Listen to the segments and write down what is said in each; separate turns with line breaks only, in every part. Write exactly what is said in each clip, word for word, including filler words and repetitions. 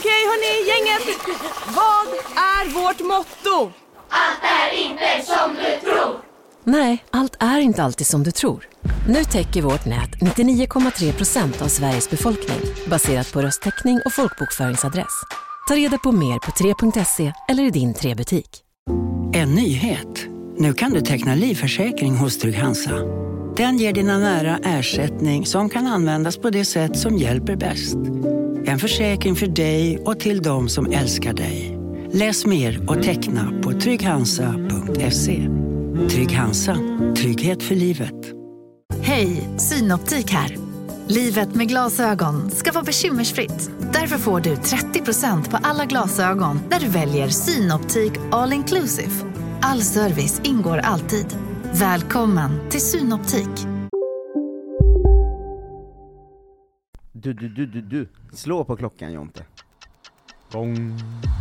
Okej hörni, gänget. Vad är vårt motto?
Allt är inte som du tror.
Nej, allt är inte alltid som du tror. Nu täcker vårt nät nittionio komma tre procent av Sveriges befolkning baserat på röstteckning och folkbokföringsadress. Ta reda på mer på tre punkt se eller i din tre-butik.
En nyhet. Nu kan du teckna livförsäkring hos Trygg-Hansa. Den ger dina nära ersättning som kan användas på det sätt som hjälper bäst. En försäkring för dig och till de som älskar dig. Läs mer och teckna på trygg hansa punkt se. Trygg-Hansa. Trygghet för livet.
Hej, Synoptik här. Livet med glasögon ska vara bekymmersfritt. Därför får du trettio procent på alla glasögon när du väljer Synoptik All Inclusive. All service ingår alltid. Välkommen till Synoptik.
Du, du, du, du, du. Slå på klockan, Jonte.
Gong.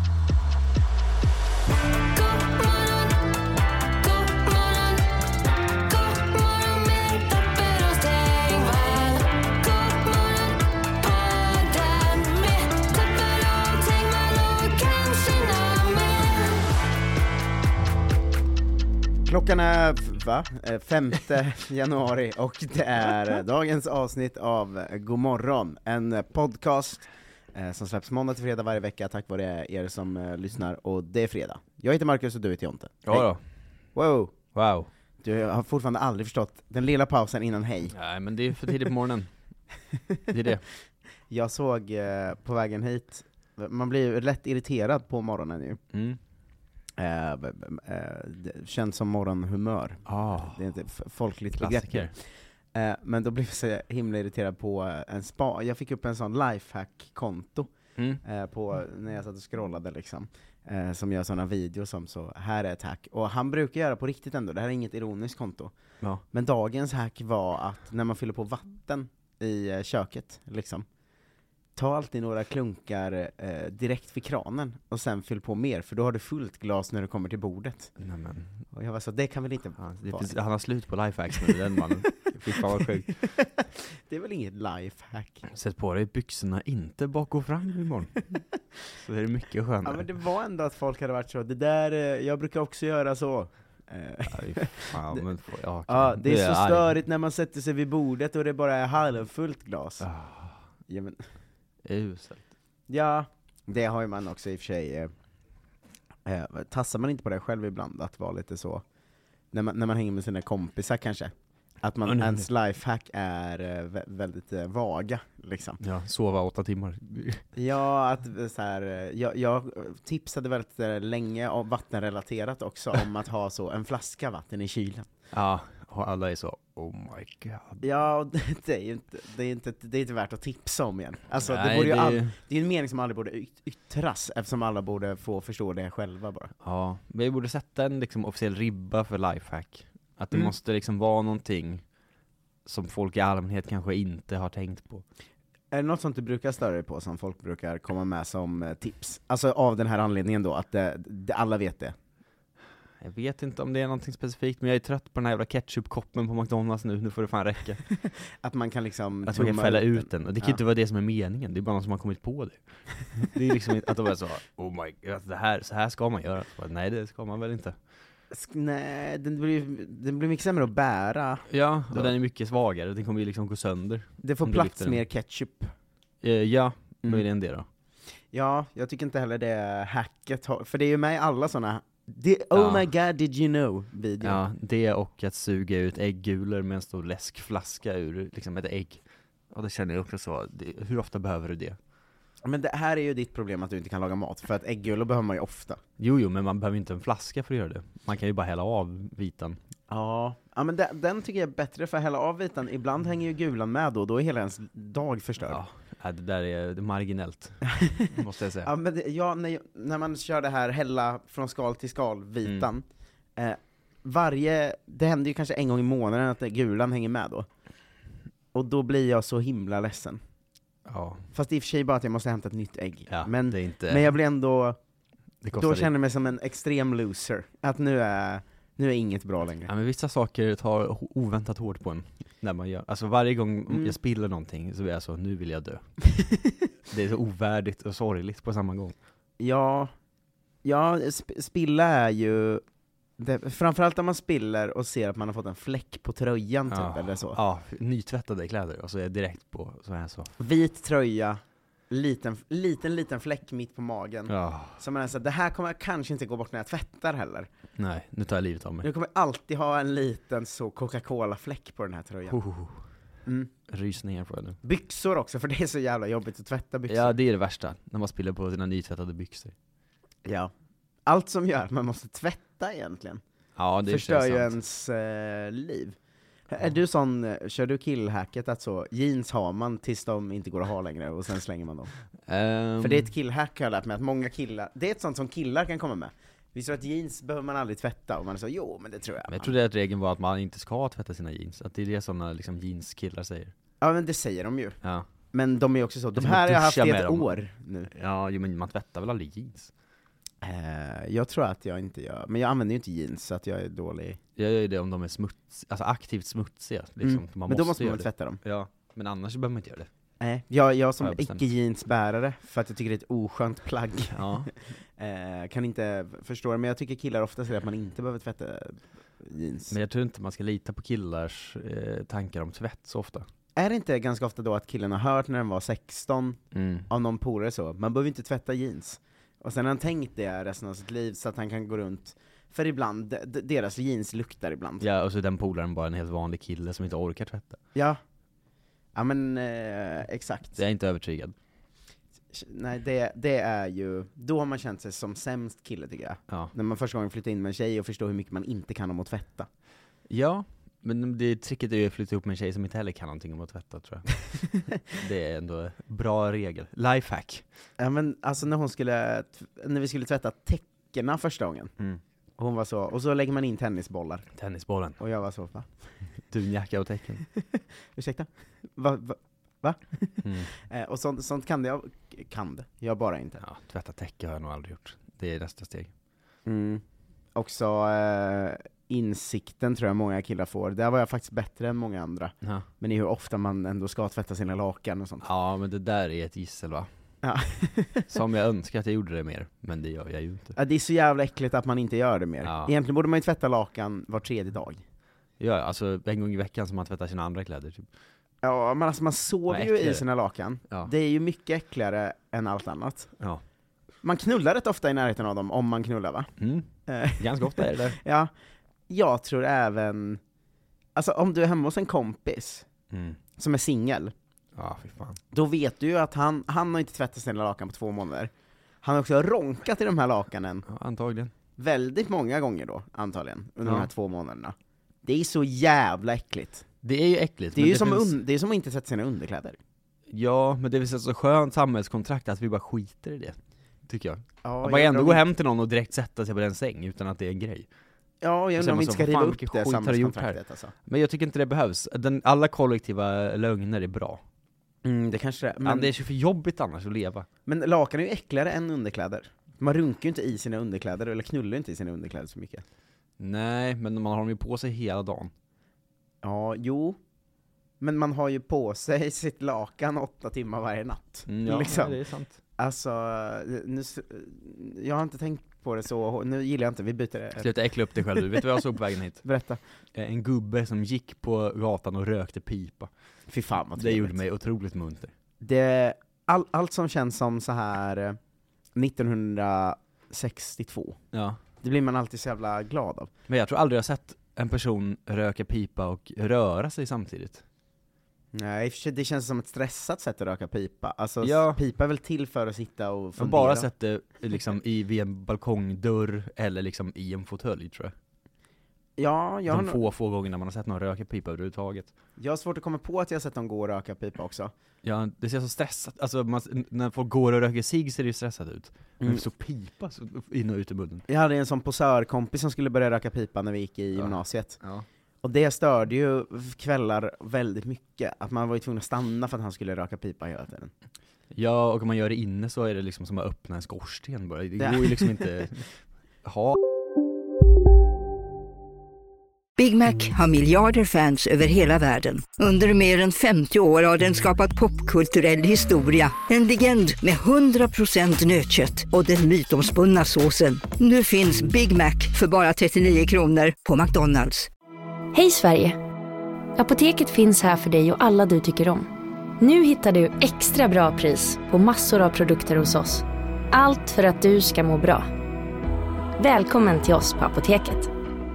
Klockan är va? femte januari och det är dagens avsnitt av God morgon, en podcast eh, som släpps måndag till fredag varje vecka tack vare er som eh, lyssnar, och det är fredag. Jag heter Marcus och du heter Jonte.
Ja då.
Wow.
Wow.
Du har fortfarande aldrig förstått den lilla pausen innan hej.
Nej, men det är för tidigt på morgonen. Det är det.
Jag såg eh, på vägen hit, man blir lätt irriterad på morgonen ju.
Mm.
Eh, eh, det känns som morgonhumör.
Ah,
Det är inte f- folkligt
klassiker.
begrepp. Eh, men då blev jag så himla irriterad på eh, en spa. Jag fick upp en sån lifehack-konto
Mm.
eh, på, när jag satt och scrollade liksom. Eh, som gör såna videos som så, här är ett hack. Och han brukar göra på riktigt ändå, det här är inget ironiskt konto.
Ja.
Men dagens hack var att när man fyller på vatten i eh, köket liksom, ta alltid några klunkar eh, direkt vid kranen och sen fyll på mer, för då har du fullt glas när du kommer till bordet.
Nämen.
Och jag var så, det kan väl inte
Ja, det
vara.
finns, han har slut på lifehacks nu, den mannen. Fy fan vad sjukt.
Det är väl inget lifehack.
Sätt på dig byxorna inte bak och fram imorgon. Så är det mycket skönare.
Ja, men det var ändå att folk hade varit så, det där, eh, jag brukar också göra så. Eh,
Aj, fan, men, får- ja,
ja, det är så
arg.
störigt när man sätter sig vid bordet och det bara är halvfullt glas.
Ah,
Ja, men,
uselt.
ja, det har ju man också i och för sig. Eh, eh, tassar man inte på det själv ibland, att vara lite så, när man, när man hänger med sina kompisar kanske, att man,
Ja, nej,
ens lifehack är eh, vä- väldigt eh, vaga liksom.
Ja, sova åtta timmar.
Ja, att eh, så här, eh, jag, jag tipsade väldigt eh, länge om vattenrelaterat också, om att ha så en flaska vatten i kylen.
Ja, och alla är så, oh my god.
Ja, och det, det är ju inte, det är inte, det är inte värt att tipsa om igen. Alltså, det,
Nej,
borde ju
det-
all, det är ju en mening som aldrig borde yt- yttras, eftersom alla borde få förstå det själva bara.
Ja, men vi borde sätta en liksom officiell ribba för lifehack. Att det
Mm.
måste liksom vara någonting som folk i allmänhet kanske inte har tänkt på.
Är det något sånt du brukar störa dig på som folk brukar komma med som eh, tips? Alltså av den här anledningen då, att det, det, alla vet det.
Jag vet inte om det är någonting specifikt, men jag är trött på den här jävla ketchupkoppen på McDonalds nu. Nu får det fan räcka.
Att man kan liksom
Att man kan
tumma
fälla
ut
ut den. Och det kan
Ja.
inte vara det som är meningen. Det är bara någon som har kommit på det. Det är liksom inte att de är så, oh my god, det här, så här ska man göra. Så bara, nej, det ska man väl inte.
Sk- Nej, den blir, den blir mycket sämre att bära.
Ja, och
Då.
den är mycket svagare. Den kommer ju liksom gå sönder.
Det får
Om du
plats
lyfter den.
mer ketchup.
Eh, ja,
Mm.
möjligen det då.
Ja, jag tycker inte heller det hacket har, för det är ju med i alla såna det, oh
Ja.
my god, did you know video.
Ja, det och att suga ut äggulor med en stor läskflaska ur liksom ett ägg. Och det känner jag också så, det, hur ofta behöver du det?
Men det här är ju ditt problem, att du inte kan laga mat, för att äggulor behöver man ju ofta.
Jo, jo, men man behöver inte en flaska för att göra det. Man kan ju bara hälla av vitan.
Ja, ja men den, den tycker jag är bättre, för att hälla av vitan, ibland hänger ju gulan med då, då är hela ens dag förstörd.
Ja, nej, det där är, det är marginellt, måste jag säga.
Ja, men det, ja, när, när man kör det här hälla från skal till skal vitan, eh, varje, det händer ju kanske en gång i månaden att gulan hänger med då. Och då blir jag så himla ledsen.
Ja,
Fast i och för sig bara att jag måste hämta ett nytt ägg.
ja
men,
det är inte...
men jag blir ändå,
det kostar
då
lite.
känner jag mig som en extrem loser. Att nu är, Nu är inget bra längre.
Ja, men vissa saker tar ho- oväntat hårt på en när man gör. Alltså varje gång
Mm.
jag spiller någonting så är jag så, nu vill jag dö. Det är så ovärdigt och sorgligt på samma gång.
Ja, ja sp- spilla är ju det, framförallt om man spiller och ser att man har fått en fläck på tröjan typ,
Ja.
eller så.
Ja, nytvättade kläder och så är jag direkt på så här så.
Vit tröja, liten, liten, liten fläck mitt på magen.
Ja,
Så man är så här, det här kommer kanske inte gå bort när jag tvättar heller.
nej, nu tar jag livet av mig.
Nu kommer jag alltid ha en liten så Coca-Cola-fläck på den här tröjan.
Oh,
Mm.
rysningar får jag nu.
Byxor också, för det är så jävla jobbigt att tvätta byxor.
Ja, det är det värsta. När man spiller på sina nytvättade byxor.
Ja. Allt som gör att man måste tvätta egentligen
Ja, det
förstör ju
sant.
ens eh, liv. Är du sån, eh, kör du killhacket att så, jeans har man tills de inte går att ha längre och sen slänger man dem?
Ehm,
För det är ett killhack har jag lärt mig, att många killar, det är ett sånt som killar kan komma med. Visst är att jeans behöver man aldrig tvätta, och man är så, jo men det tror jag.
Men jag trodde att regeln var att man inte ska tvätta sina jeans. Att det är det sådana liksom, jeanskillar säger.
Ja men det säger de ju.
Ja,
Men de är också så, de
som
här
att
har jag haft i
duscha
ett
med dem.
år nu.
ja jo, men man tvättar väl aldrig jeans?
Eh, jag tror att jag inte gör, men jag använder ju inte jeans så att jag är dålig.
Jag gör ju det om de är smuts, alltså aktivt smutsiga. Liksom.
Mm.
Man
Men då måste man
göra
väl
det.
tvätta dem?
Ja, men annars behöver man inte göra det.
Nej, jag, jag som
Har jag bestämt.
icke-jeansbärare, för att jag tycker det är ett oskönt plagg,
Ja.
eh, kan inte förstå det, men jag tycker killar ofta säger att man inte behöver tvätta jeans.
Men jag tror inte man ska lita på killars eh, tankar om tvätt så ofta.
Är det inte ganska ofta då att killen har hört när den var sexton
Mm.
av någon polare så, man behöver inte tvätta jeans. Och sen har han tänkt det resten av sitt liv så att han kan gå runt, för ibland, d- d- deras jeans luktar ibland.
Ja, och så är den polaren bara en helt vanlig kille som inte orkar tvätta.
Ja, ja men eh, exakt.
Så jag är inte övertygad.
Nej, det, det är ju, då har man känt sig som sämst kille tycker jag.
Ja.
När man första gången flyttar in med en tjej och förstår hur mycket man inte kan om att tvätta.
Ja, men det tricket är ju att flytta ihop med en tjej som inte heller kan någonting om att tvätta, tror jag. Det är ändå en bra regel. Lifehack.
Ja men alltså när hon skulle, när vi skulle tvätta täckena första gången,
Mm.
och hon var så, och så lägger man in tennisbollar,
Tennisbollen.
och jag var så, va?
Dunjacka och tecken.
Ursäkta? Va? va? va?
Mm.
Eh, och sånt, sånt kan det, jag kan det, jag bara inte.
Ja, tvätta täcke har jag nog aldrig gjort. Det är nästa steg.
Mm. Också eh, insikten tror jag många killar får, där var jag faktiskt bättre än många andra.
Ja.
Men det är hur ofta man ändå ska tvätta sina lakan och sånt.
Ja, men det där är ett gissel, va?
Ja.
Som jag önskar att jag gjorde det mer, men det gör jag ju inte.
Ja, det är så jävla äckligt att man inte gör det mer.
Ja.
Egentligen borde man ju tvätta lakan var tredje dag.
Ja, alltså en gång i veckan som man tvättar sina andra kläder, typ.
Ja, men alltså man sover
Vad
ju i
äckligare.
sina lakan.
Ja.
Det är ju mycket äckligare än allt annat.
Ja.
Man knullar rätt ofta i närheten av dem, om man knullar va?
Mm.
Eh,
Ganska ofta är det där.
ja, jag tror även, alltså om du är hemma hos en kompis
Mm.
som är singel,
Ja, fy fan.
då vet du ju att han, han har inte tvättat sina lakan på två månader. Han har också ronkat i de här lakanen
Ja, antagligen.
väldigt många gånger då, antagligen, under
Ja.
de här två månaderna. Det är så jävla äckligt.
Det är ju äckligt.
Det är
men
ju som,
finns...
un- det är som att inte tvätta sina underkläder.
Ja, men det är så skönt samhällskontrakt att vi bara skiter i det, tycker jag.
Ja,
Att man
jag
ändå
undrar
gå
om-
hem till någon och direkt sätta sig på den säng utan att det är en grej.
Ja, jag
Och sen
undrar om vi inte
måste
ska
man,
riva
fan,
upp
vilken
det
skit har du gjort här?
samhällskontraktet alltså.
Men jag tycker inte det behövs. Den, alla kollektiva lögner är bra.
Mm, det kanske det är.
Men
Men,
det är ju för jobbigt annars att leva.
men lakan är ju äckligare än underkläder. Man runkar ju inte i sina underkläder, eller knullar ju inte i sina underkläder så mycket.
Nej, men man har dem ju på sig hela dagen.
Ja, jo. Men man har ju på sig sitt lakan åtta timmar varje natt.
Mm, ja,
liksom.
nej, det är sant.
Alltså, nu, s- jag har inte tänkt på det så, nu gillar jag inte, vi byter det.
Sluta äckla upp dig själv, du vet vad jag såg på vägen hit?
Berätta.
Eh, En gubbe som gick på gatan och rökte pipa.
Fy fan vad
Det
trevligt.
gjorde mig otroligt munter.
Det, all, allt som känns som så här eh, nittonhundrasextiotvå,
Ja.
det blir man alltid så jävla glad av.
Men jag tror aldrig jag sett en person röka pipa och röra sig samtidigt.
Nej, i och för sig, det känns som ett stressat sätt att röka pipa. Alltså,
Ja.
pipa är väl till för att sitta och
Jag
fundera.
har bara sett det liksom i, vid en balkongdörr eller liksom i en fåtölj, tror jag.
Ja, jag har,
De
nog-
få, få gånger när man har sett någon röka pipa överhuvudtaget.
jag har svårt att komma på att jag har sett dem gå och röka pipa också.
Ja, det ser så stressat, alltså man, när folk går och röker cigg ser det ju stressat ut.
Mm.
Men så pipa så in och ut i munnen.
Jag hade en sån posörkompis som skulle börja röka pipa när vi gick i
Ja.
gymnasiet.
Ja.
Och det störde ju kvällar väldigt mycket, att man var ju tvungen att stanna för att han skulle röka pipa hela tiden.
Ja, och om man gör det inne så är det liksom som att öppna en skorsten bara. Det
Ja.
går ju liksom inte ha.
Big Mac har miljarder fans över hela världen. Under mer än femtio år har den skapat popkulturell historia. En legend med hundra procent nötkött och den mytomspunna såsen. Nu finns Big Mac för bara trettionio kronor på McDonalds.
Hej Sverige! Apoteket finns här för dig och alla du tycker om. Nu hittar du extra bra pris på massor av produkter hos oss. Allt för att du ska må bra. Välkommen till oss på Apoteket.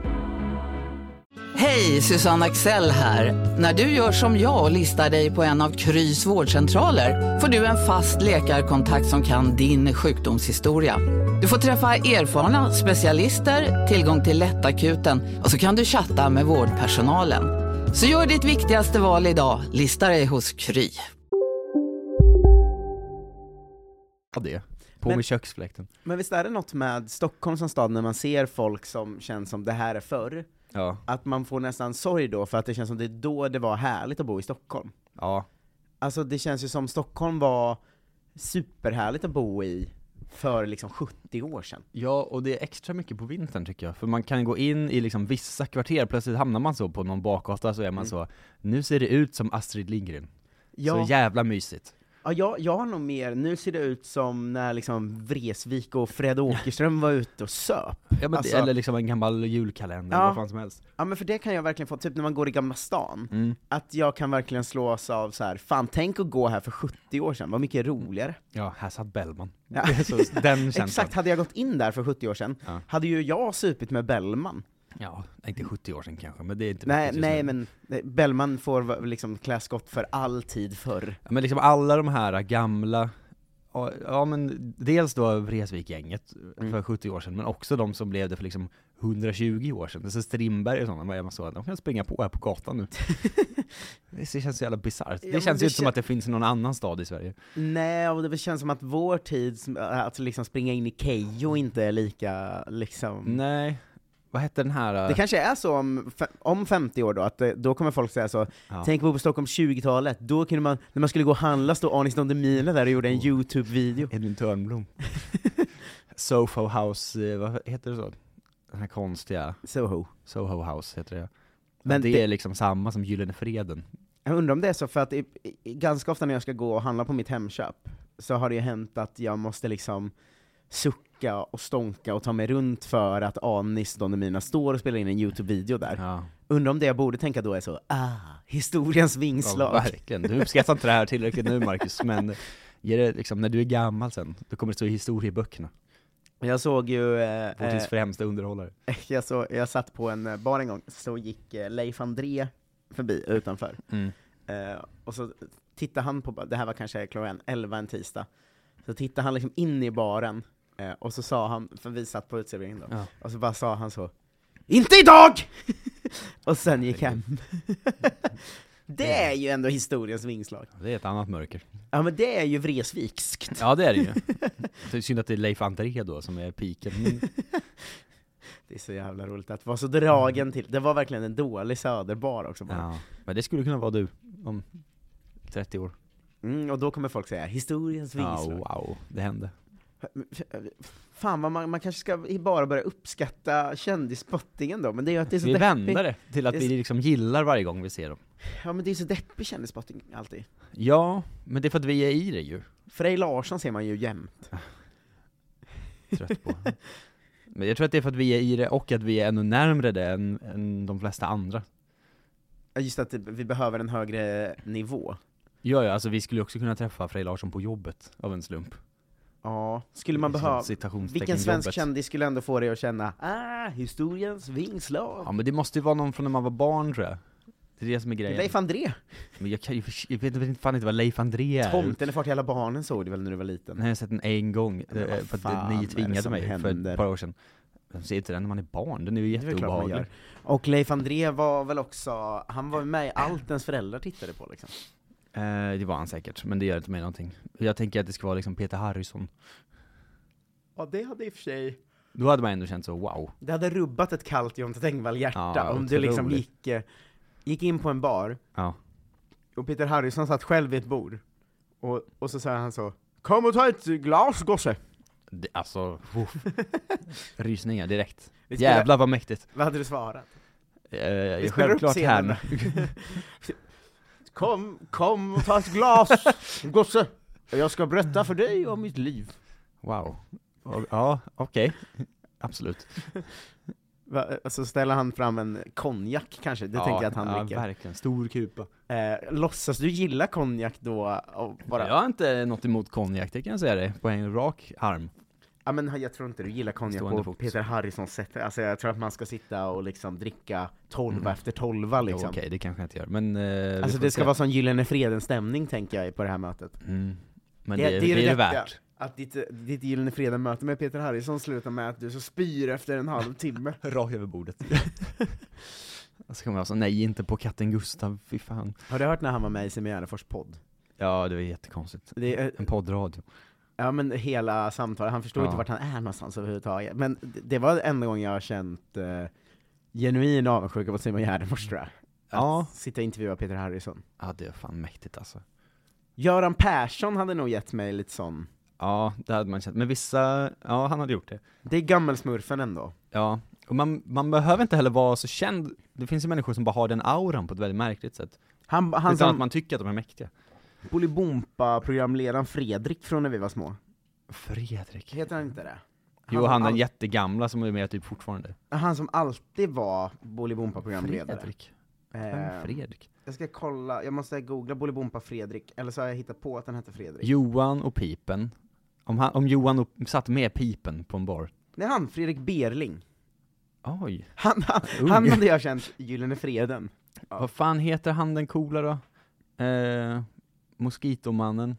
Hej, Susanne Axel här. När du gör som jag och listar dig på en av Krys vårdcentraler får du en fast läkarkontakt som kan din sjukdomshistoria. Du får träffa erfarna specialister, tillgång till lättakuten och så kan du chatta med vårdpersonalen. Så gör ditt viktigaste val idag, lista dig hos Kry.
Ja, det. På
Men-
med köksfläkten.
Men visst är det något med Stockholm som stad när man ser folk som känns som det här är förr,
Ja.
att man får nästan sorg då för att det känns som det är då det var härligt att bo i Stockholm.
Ja.
Alltså det känns ju som Stockholm var superhärligt att bo i för liksom sjuttio år sedan.
Ja, och det är extra mycket på vintern tycker jag. För man kan gå in i liksom vissa kvarter, plötsligt hamnar man så på någon bakgata så är man
Mm.
så, nu ser det ut som Astrid Lindgren.
Ja.
Så jävla mysigt.
Ja, jag, jag har nog mer, nu ser det ut som när liksom Vresvik och Fred Åkerström var ute och söp.
Ja, men
Alltså-
det, eller liksom en gammal julkalender,
Ja.
eller vad fan som helst.
Ja men för det kan jag verkligen få, typ när man går i Gamla stan,
Mm.
att jag kan verkligen slås av så här, fan tänk att gå här för sjuttio år sedan, vad mycket roligare.
Ja, här satt Bellman.
Ja.
Så den känslan.
Exakt, hade jag gått in där för sjuttio år sedan,
Ja.
hade ju jag supit med Bellman.
Ja, inte sjuttio år sedan kanske, men det är inte
Nej,
viktigt just
nej
nu.
men eh, Bellman får va- liksom klä skott för all tid förr.
Ja, men liksom alla de här gamla, ja, ja men dels då Vresvik-gänget
Mm.
för sjuttio år sedan, men också de som blev det för liksom hundratjugo år sedan. Så Strindberg och sådana, man så, de kan springa på här på gatan nu. Det känns så jävla bisarrt.
Ja,
Det
men
känns
det
ju inte som
kän-
att det finns någon annan stad i Sverige.
Nej, och det känns som att vår tid, som- att liksom springa in i Keyyo inte är lika liksom...
Nej, vad hette den här?
Det kanske är så om, fe- om femtio år då, att det, då kommer folk säga så,
Ja.
tänk på Stockholm tjugotalet, då kunde man, när man skulle gå och handla, stod Anis Don Demina där och gjorde en
Oh.
YouTube-video.
Edvin Törnblom. Soho House, eh, vad heter det så? Den här konstiga,
Soho.
Soho House heter det.
Men
Men det,
det-
är liksom samma som Gyllene Freden.
Jag undrar om det är så, för att i, i, ganska ofta när jag ska gå och handla på mitt Hemköp, så har det ju hänt att jag måste liksom sucka och stånka och ta mig runt för att Anis Don Demina står och spelar in en YouTube-video där.
Ja.
Undrar om det jag borde tänka då är så, ah, historiens
Ja,
vingslag.
verkligen. Du uppskattar inte det här tillräckligt nu, Marcus, men ge det liksom, när du är gammal sen, då kommer det stå i historieböckerna.
Jag såg ju... Eh,
Vår tids främsta underhållare.
jag, så, jag satt på en eh, bar en gång, så gick eh, Leif André förbi utanför.
Mm.
Eh, och så tittade han på, det här var kanske klockan elva en tisdag, så tittade han liksom in i baren, eh, och så sa han, för vi satt på uteserveringen då,
Ja.
och så bara sa han så, inte idag! Och sen gick hem. Det är ju ändå historiens vingslag.
Det är ett annat mörker.
Ja men det är ju Vresvikskt.
Ja, det är det ju. Det är synd att det är Leif André då som är piken. Men
Det är så jävla roligt att vara så dragen till, det var verkligen en dålig söderbar också bara.
ja, men det skulle kunna vara du om trettio år.
Mm, och då kommer folk säga, historiens
Ja,
vingslag.
wow, det hände.
Fan vad man, man kanske ska bara börja uppskatta kändisspottingen då, men det är ju att det är så
Vi
deppig.
vänder det till att
Det är
vi
så-
liksom gillar varje gång vi ser dem.
Ja men det är så deppig kändisspotting alltid.
Ja, men det är för att vi är i det ju.
Frej Larsson ser man ju jämt.
Trött på. Men jag tror att det är för att vi är i det och att vi är ännu närmare det än, än de flesta andra.
Ja, just att vi behöver en högre nivå.
Ja, ja, alltså vi skulle också kunna träffa Frej Larsson på jobbet av en slump.
Ja, skulle man
Liksom
behöva...
citationstecken
Vilken svensk
jobbet.
kändis skulle ändå få dig att känna, ah, historiens vingslag?
Ja, men det måste ju vara någon från när man var barn, tror jag. Det är det som är grejen.
Leif André.
Men jag, kan ju, jag vet inte fan inte vad Leif André är.
Tomten är fart i alla barnen såg du väl när du var liten?
Nej, jag har sett den en gång,
Men vad
eh, för
fan
att
är
ni
det
tvingade
som
mig för
händer?
ett par år sedan. Jag ser inte den när man är barn, den är ju
Det är väl klart man
jätteobehaglig.
gör. Och Leif André var väl också, han var med i allt ens föräldrar tittade på liksom.
Eh, det var han säkert, men det gör inte mig någonting. Jag tänker att det ska vara liksom Peter Harrison.
Ja, det hade i och för sig...
Då hade man ändå känt så, wow.
Det hade rubbat ett kallt Jonte Tengvall-hjärta
Ja,
om du liksom
otroligt.
gick, eh, gick in på en bar,
Ja.
och Peter Harrison satt själv vid ett bord, och, och så sa han så, kom och ta ett glas, gosse!
Det, alltså, uff. Rysningar direkt.
Det skulle-
Jävlar vad mäktigt.
Vad hade du svarat?
Eh, jag är självklart här nu.
Kom, kom och ta ett glas, gosse. Jag ska berätta för dig om mitt liv.
Wow. Ja, okej. Okay. Absolut.
Va, så ställer han fram en konjak kanske, det
ja,
tänker jag att han
ja,
dricker.
Verkligen, stor kupa.
Eh, låtsas du gilla konjak då? Och bara...
Jag har inte något emot konjak, det kan jag säga det, på en rak arm.
Ja, men jag tror inte du gillar konjak på fokus. Peter Harrisons sätt. Alltså jag tror att man ska sitta och liksom dricka tolva mm. efter tolva liksom.
Okej, okay, det kanske jag inte gör. Men, eh,
alltså det ska se. Vara sån Gyllene Freden-stämning tänker jag på det här mötet.
Mm. Men
det,
det,
det är det,
det är
det
värt.
Att ditt, ditt Gyllene Freden-möte med Peter Harrison slutar med att du så spyr efter en halv timme.
Rakt över bordet. Så kommer jag säga nej, inte på katten Gustav, fy fan.
Har du hört när han var med i Simon Gärdenfors podd?
Ja, det var jättekonstigt. Det är en poddradio.
Ja, men hela samtalet, han förstår ja. inte vart han är någonstans överhuvudtaget. Men det var en gång jag har känt uh, genuin avundsjuka på Simon Gärdenfors, tror jag.
Ja.
Att sitta och intervjua Peter Harrison.
Ja, det är fan mäktigt alltså.
Göran Persson hade nog gett mig lite sån.
Ja, det hade man känt. Men vissa, ja, han hade gjort det.
Det är gammelsmurfen ändå.
Ja, och man, man behöver inte heller vara så känd. Det finns ju människor som bara har den auran på ett väldigt märkligt sätt. Han, han Utan som... att man tycker att de är mäktiga.
Bolibompa-programledaren Fredrik från när vi var små.
Fredrik?
Heter han inte det?
Han jo, han är all... jättegamla som är med typ fortfarande.
Han som alltid var Bolibompa-programledare.
Fredrik? Eh, Fredrik?
Jag ska kolla, jag måste googla Bolibompa Fredrik. Eller så har jag hittat på att han heter Fredrik.
Johan och Pipen. Om, han, om Johan och, satt med Pipen på en bar.
Nej, han, Fredrik Berling.
Oj.
Han, han, han hade jag känt Gyllene Freden.
Ja. Vad fan heter han den coola då? Eh... Moskitomannen.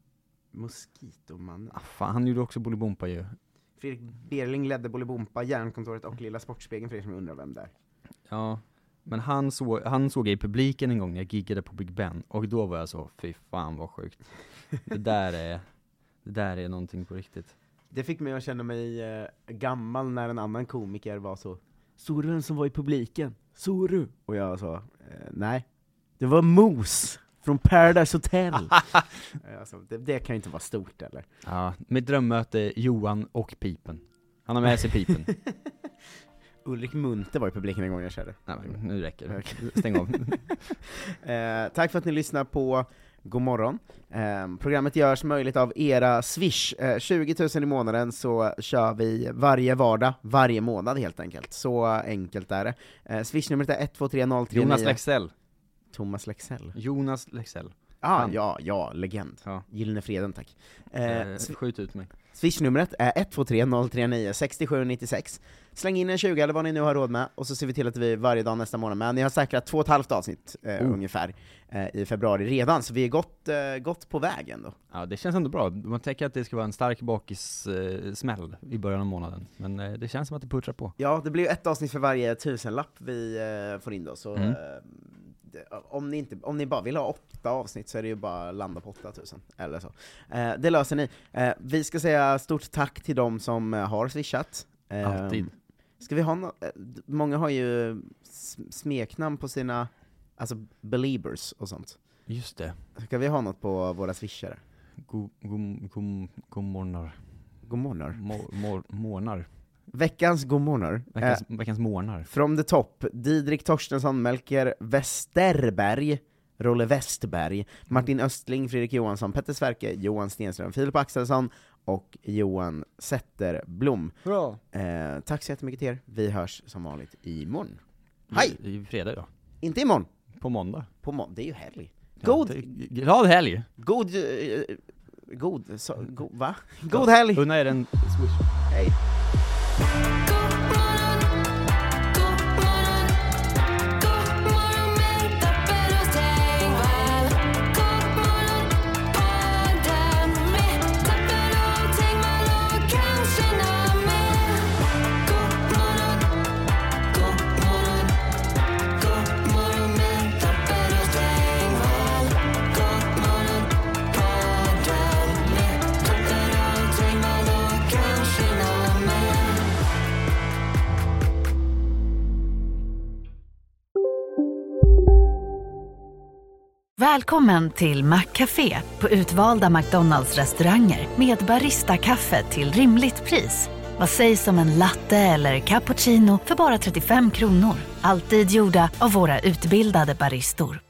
Moskitomannen?
Ah, fan, han gjorde också Bolibompa ju.
Fredrik Berling ledde Bolibompa, Järnkontoret och Lilla Sportspegeln för er som undrar vem det är.
Ja, men han, så, han såg jag i publiken en gång när jag giggade på Big Ben. Och då var jag så, fy fan vad sjukt. Det där är, det där är någonting på riktigt.
Det fick mig att känna mig eh, gammal när en annan komiker var så, såg du vem som var i publiken? Såg du? Och jag sa, eh, nej. Det var Mos från Paradise Hotel. Alltså, det, det kan ju inte vara stort, eller?
Ja, mitt drömmöte är Johan och Pipen. Han har med sig Pipen.
Ulrik Munter var i publiken en gång jag körde.
Nej, men nu räcker det. Stäng av.
eh, tack för att ni lyssnar på God morgon. Eh, programmet görs möjligt av era Swish. Eh, tjugo tusen i månaden så kör vi varje vardag, varje månad helt enkelt. Så enkelt är det. Eh, Swish-numret är ett två tre noll tre nio.
Jonas Lexell.
Thomas Lexell.
Jonas Lexell.
Ah, ja, ja, legend.
Ja.
Gyllene Freden, tack.
Eh, eh, skjut ut mig.
Swish-numret är ett två tre noll tre nio sex sju nio sex. Släng in en tjugo eller vad ni nu har råd med, och så ser vi till att vi varje dag nästa månad med. Ni har säkrat två och ett halvt avsnitt eh, oh. ungefär eh, i februari redan, så vi är gott, eh, gott på vägen då.
Ja, det känns ändå bra. Man tänker att det ska vara en stark bakis eh, smäll i början av månaden, men eh, det känns som att det puttrar på.
Ja, det blir ett avsnitt för varje tusenlapp vi eh, får in då, så mm. eh, Om ni, inte, om ni bara vill ha åtta avsnitt så är det ju bara landa på åtta tusen eller så. Eh, det löser ni. Eh, vi ska säga stort tack till dem som eh, har swishat. Eh,
Alltid.
Ska vi ha no- eh, många har ju smeknamn på sina, alltså believers och sånt.
Just det.
Ska vi ha något på våra swishare?
God god god god morgnar.
God morgnar.
Mor, mor, morgnar.
Veckans god morgnar.
Veckans, eh, veckans morgnar.
From the top, Didrik Torstensson, Melker Westerberg, Rolle Westberg, Martin Östling, Fredrik Johansson, Petter Sverke, Johan Stenström, Filip Axelsson och Johan Zetterblom.
Bra.
Eh, tack så jättemycket till er. Vi hörs som vanligt imorgon. Hej!
I, i fredag då.
Inte imorgon.
På måndag.
På måndag, det är ju helg.
God... Ja, glad helg!
God... Uh, god... Så, god... Va? God helg!
Unna är en swish.
Hej!
Välkommen till McCafé på utvalda McDonalds restauranger med Barista-kaffe till rimligt pris. Vad sägs om en latte eller cappuccino för bara trettiofem kronor? Alltid gjorda av våra utbildade baristor.